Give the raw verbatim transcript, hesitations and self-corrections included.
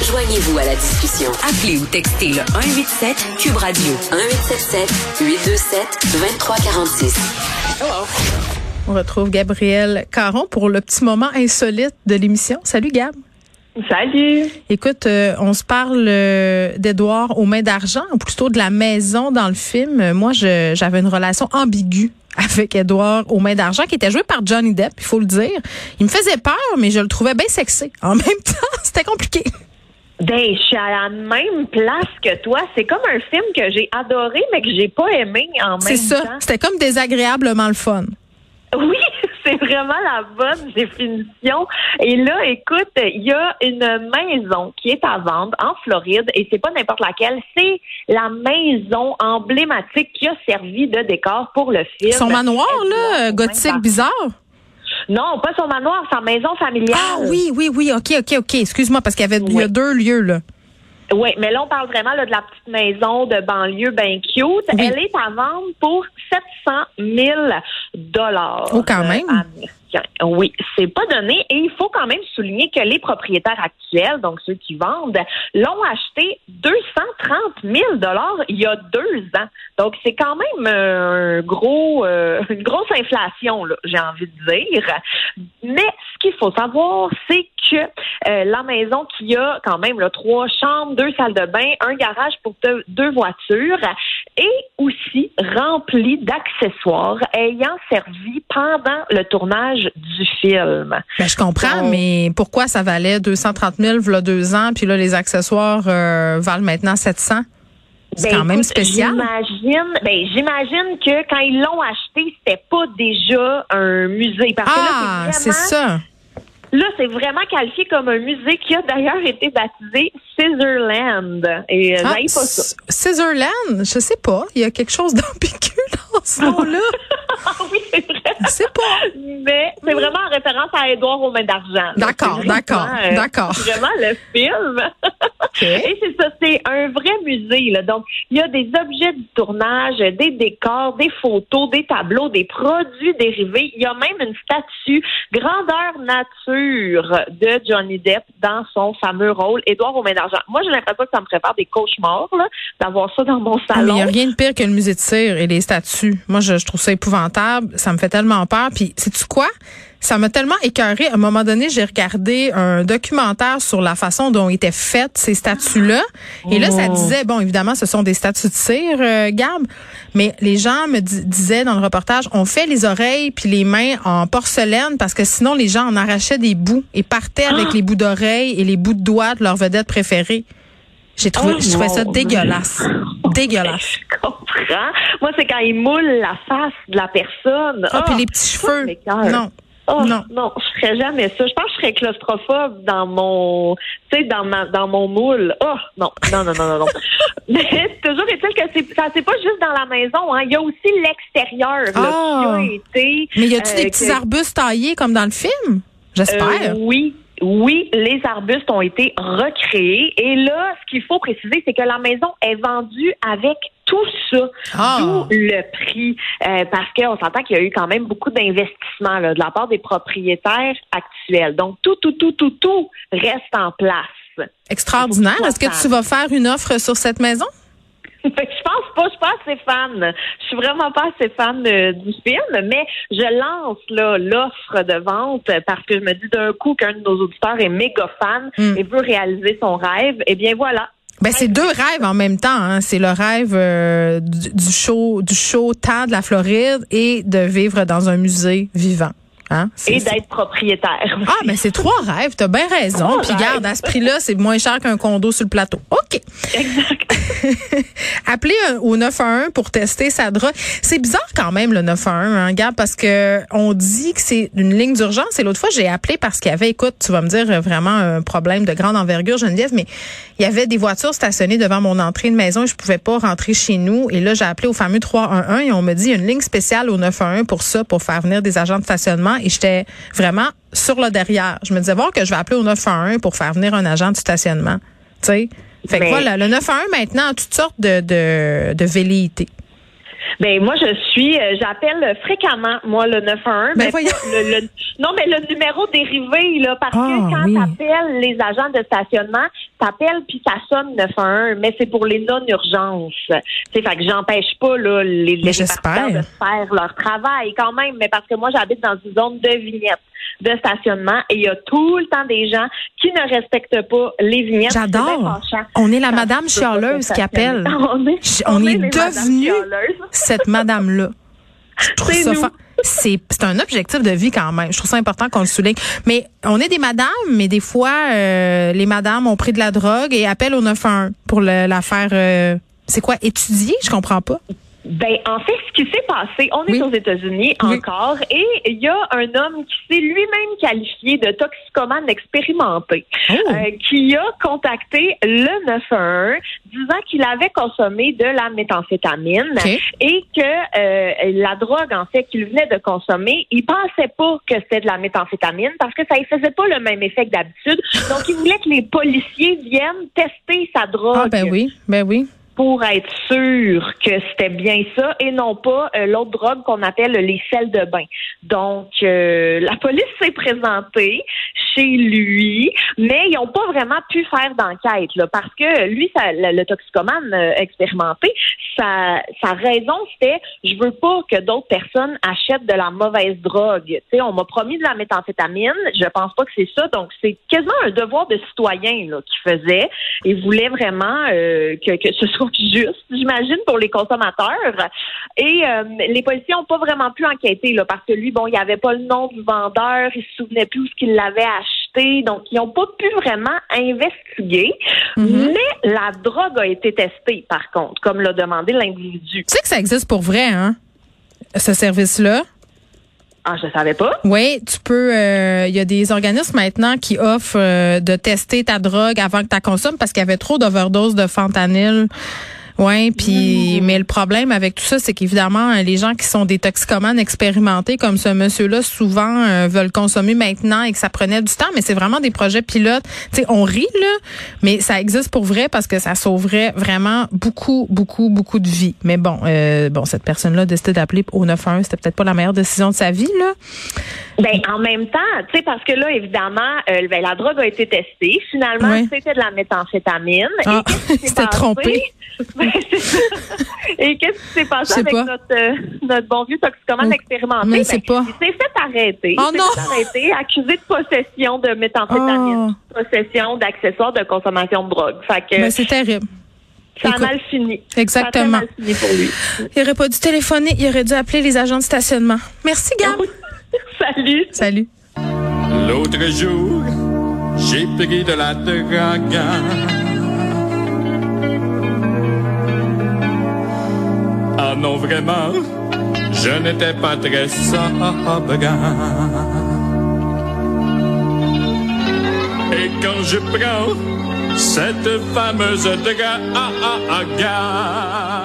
Joignez-vous à la discussion. Appelez ou textez le un huit sept Cube Radio un huit sept sept huit deux sept deux trois quatre six. Hello. On retrouve Gabrielle Caron pour le petit moment insolite de l'émission. Salut Gab. Salut. Écoute, euh, on se parle euh, d'Édouard aux mains d'argent, ou plutôt de la maison dans le film. Euh, moi, je, j'avais une relation ambiguë avec Édouard aux mains d'argent, qui était joué par Johnny Depp, il faut le dire. Il me faisait peur, mais je le trouvais bien sexy. En même temps, c'était compliqué. Ben, je suis à la même place que toi. C'est comme un film que j'ai adoré, mais que j'ai pas aimé en même temps. C'est ça. C'était comme désagréablement le fun. Oui, c'est vraiment la bonne définition. Et là, écoute, il y a une maison qui est à vendre en Floride, et c'est pas n'importe laquelle, c'est la maison emblématique qui a servi de décor pour le film. Son manoir, là, gothique bizarre? Non, pas son manoir, sa maison familiale. Ah oui, oui, oui, ok, ok, ok. Excuse-moi, parce qu'il y avait oui. il y a deux lieux, là. Oui, mais là, on parle vraiment là, de la petite maison de banlieue bien cute. Oui. Elle est à vendre pour sept cent mille dollars. Oh, quand même. Euh, oui, c'est pas donné. Et il faut quand même souligner que les propriétaires actuels, donc ceux qui vendent, l'ont acheté deux cent trente mille dollars il y a deux ans. Donc, c'est quand même un gros, euh, une grosse inflation, là, j'ai envie de dire. Mais ce qu'il faut savoir, c'est que euh, la maison qui a quand même là, trois chambres, deux salles de bain, un garage pour deux, deux voitures, est aussi remplie d'accessoires ayant servi pendant le tournage du film. Ben, je comprends, Donc, mais pourquoi ça valait deux cent trente mille il y a deux ans, puis là, les accessoires euh, valent maintenant sept cents? C'est ben, quand même écoute, spécial. J'imagine, ben, j'imagine que quand ils l'ont acheté, c'était pas déjà un musée. Parce ah, que là, c'est, vraiment, c'est ça. Là, c'est vraiment qualifié comme un musée qui a d'ailleurs été baptisé Scissorland. Et euh, ah, j'aille pas ça. Scissorland, je sais pas. Il y a quelque chose d'ambigu dans ce nom-là. Oui, c'est vrai. Je sais pas. Mais c'est vraiment en référence à Édouard aux mains d'argent. D'accord, d'accord, euh, d'accord. C'est vraiment le film. Okay. Et c'est ça, c'est un vrai musée, là. Donc, il y a des objets du tournage, des décors, des photos, des tableaux, des produits dérivés. Il y a même une statue grandeur nature de Johnny Depp dans son fameux rôle Édouard aux mains d'argent. Moi, j'ai l'impression que ça me prépare des cauchemars, là, d'avoir ça dans mon salon. Il n'y a rien de pire que le musée de cire et les statues. Moi, je, je trouve ça épouvantable. Ça me fait tellement peur. Puis, sais-tu quoi? Ça m'a tellement écœurée. À un moment donné, j'ai regardé un documentaire sur la façon dont étaient faites ces statues-là. Et là, ça disait, bon, évidemment, ce sont des statues de cire, euh, Gab, mais les gens me di- disaient dans le reportage, on fait les oreilles puis les mains en porcelaine parce que sinon, les gens en arrachaient des bouts et partaient avec ah! les bouts d'oreilles et les bouts de doigts de leur vedette préférée. J'ai trouvé, oh, je trouvais ça dégueulasse. Dégueulasse. Je comprends. Moi, c'est quand ils moulent la face de la personne. Ah, oh, puis les petits cheveux. Non. Oh, non, non, je ferais jamais ça. Je pense que je serais claustrophobe dans mon, tu sais, dans ma, dans mon moule. Oh, non, non, non, non, non, non. Mais toujours est-il que c'est, ça, c'est pas juste dans la maison, hein. Il y a aussi l'extérieur, ah. là, qui a été. Mais y a-tu euh, des petits que, arbustes taillés comme dans le film? J'espère. Euh, oui. Oui, les arbustes ont été recréés. Et là, ce qu'il faut préciser, c'est que la maison est vendue avec tout ça, ah. d'où le prix, euh, parce qu'on s'entend qu'il y a eu quand même beaucoup d'investissements là, de la part des propriétaires actuels. Donc, tout, tout, tout, tout, tout reste en place. Extraordinaire. Est-ce que tu vas faire une offre sur cette maison? Je pense pas, je suis pas assez fan. Je suis vraiment pas assez fan de, du film, mais je lance là l'offre de vente parce que je me dis d'un coup qu'un de nos auditeurs est méga fan mm. et veut réaliser son rêve. Eh bien voilà. Ben c'est deux rêves en même temps. Hein. C'est le rêve euh, du, du show, du show temps de la Floride et de vivre dans un musée vivant. Hein? Et d'être propriétaire. Ah, mais ben c'est trois rêves, t'as bien raison. Puis garde, à ce prix-là, c'est moins cher qu'un condo sur le plateau. OK. Exact. Appelez au neuf un un pour tester sa drogue. C'est bizarre quand même, le neuf un un, hein, Gab, parce que on dit que c'est une ligne d'urgence. Et l'autre fois, j'ai appelé parce qu'il y avait, écoute, tu vas me dire, vraiment un problème de grande envergure, Geneviève, mais il y avait des voitures stationnées devant mon entrée de maison et je pouvais pas rentrer chez nous. Et là, j'ai appelé au fameux trois un un et on me dit, il y a une ligne spéciale au neuf un un pour ça, pour faire venir des agents de stationnement. Et j'étais vraiment sur le derrière. Je me disais, voir que je vais appeler au neuf un un pour faire venir un agent de stationnement. Tu sais? Fait que mais... voilà, le neuf un un maintenant a toutes sortes de, de, de velléités. Ben moi je suis, euh, j'appelle fréquemment moi le neuf un un. Ben mais voyons. Le, le, non mais le numéro dérivé là parce ah, que quand oui. t'appelles les agents de stationnement, t'appelles puis ça sonne neuf un un, mais c'est pour les non-urgences. C'est fait que j'empêche pas là les, les répartiteurs de faire leur travail quand même, mais parce que moi j'habite dans une zone de vignettes de stationnement et il y a tout le temps des gens qui ne respectent pas les vignettes. J'adore. On est la madame chialeuse qui appelle. On est, on on est, est devenu cette madame-là. Je trouve ça fa- c'est c'est un objectif de vie quand même. Je trouve ça important qu'on le souligne. Mais on est des madames, mais des fois euh, les madames ont pris de la drogue et appellent au neuf un un pour le, la faire euh, c'est quoi, étudier? Je comprends pas. Ben, en fait, ce qui s'est passé, on est oui. aux États-Unis oui. encore, et il y a un homme qui s'est lui-même qualifié de toxicomane expérimenté, oh. euh, qui a contacté le neuf un un disant qu'il avait consommé de la méthamphétamine okay. et que euh, la drogue, en fait, qu'il venait de consommer, il pensait pas que c'était de la méthamphétamine parce que ça ne faisait pas le même effet que d'habitude. Donc, il voulait que les policiers viennent tester sa drogue. Ah, ben oui, ben oui. Pour être sûr que c'était bien ça et non pas euh, l'autre drogue qu'on appelle les sels de bain. Donc, euh, la police s'est présentée chez lui, mais ils n'ont pas vraiment pu faire d'enquête là, parce que lui, ça, le, le toxicomane euh, expérimenté, sa, sa raison, c'était « je veux pas que d'autres personnes achètent de la mauvaise drogue. » Tu sais, on m'a promis de la méthamphétamine, je pense pas que c'est ça, donc c'est quasiment un devoir de citoyen là, qu'il faisait et voulait vraiment euh, que, que ce soit juste, j'imagine, pour les consommateurs. Et euh, les policiers n'ont pas vraiment pu enquêter là, parce que lui, bon, il n'y avait pas le nom du vendeur, il se souvenait plus où ce qu'il l'avait acheté, donc ils n'ont pas pu vraiment investiguer. Mm-hmm. Mais la drogue a été testée, par contre, comme l'a demandé l'individu. Tu sais que ça existe pour vrai, hein, ce service-là? Ah, je ne savais pas. Oui, tu peux. Il euh, y a des organismes maintenant qui offrent euh, de tester ta drogue avant que tu la consommes parce qu'il y avait trop d'overdose de fentanyl. Ouais, puis mmh. mais le problème avec tout ça, c'est qu'évidemment les gens qui sont des toxicomanes expérimentés comme ce monsieur-là souvent euh, veulent consommer maintenant et que ça prenait du temps, mais c'est vraiment des projets pilotes. Tu sais, on rit là, mais ça existe pour vrai parce que ça sauverait vraiment beaucoup, beaucoup, beaucoup de vies. Mais bon, euh, bon, cette personne-là a décidé d'appeler au neuf un un, c'était peut-être pas la meilleure décision de sa vie là. Ben en même temps, tu sais, parce que là évidemment, euh, ben, la drogue a été testée. Finalement, oui. c'était de la méthamphétamine. Ah, c'était trompé. Et qu'est-ce qui s'est passé avec notre, euh, notre bon vieux toxicomane expérimenté? Mais c'est ben, pas. Il s'est fait arrêter. Oh il non! s'est fait arrêter, accusé de possession de méthamphétamine, oh. possession d'accessoires de consommation de drogue. Fait que, ben, c'est terrible. Ça Écoute, a mal fini. Exactement. Ça a mal fini pour lui. Il aurait pas dû téléphoner, il aurait dû appeler les agents de stationnement. Merci, Gab. Salut. Salut. L'autre jour, j'ai pris de la drogue. Ah non, vraiment, je n'étais pas très sobre. Et quand je prends cette fameuse drogue,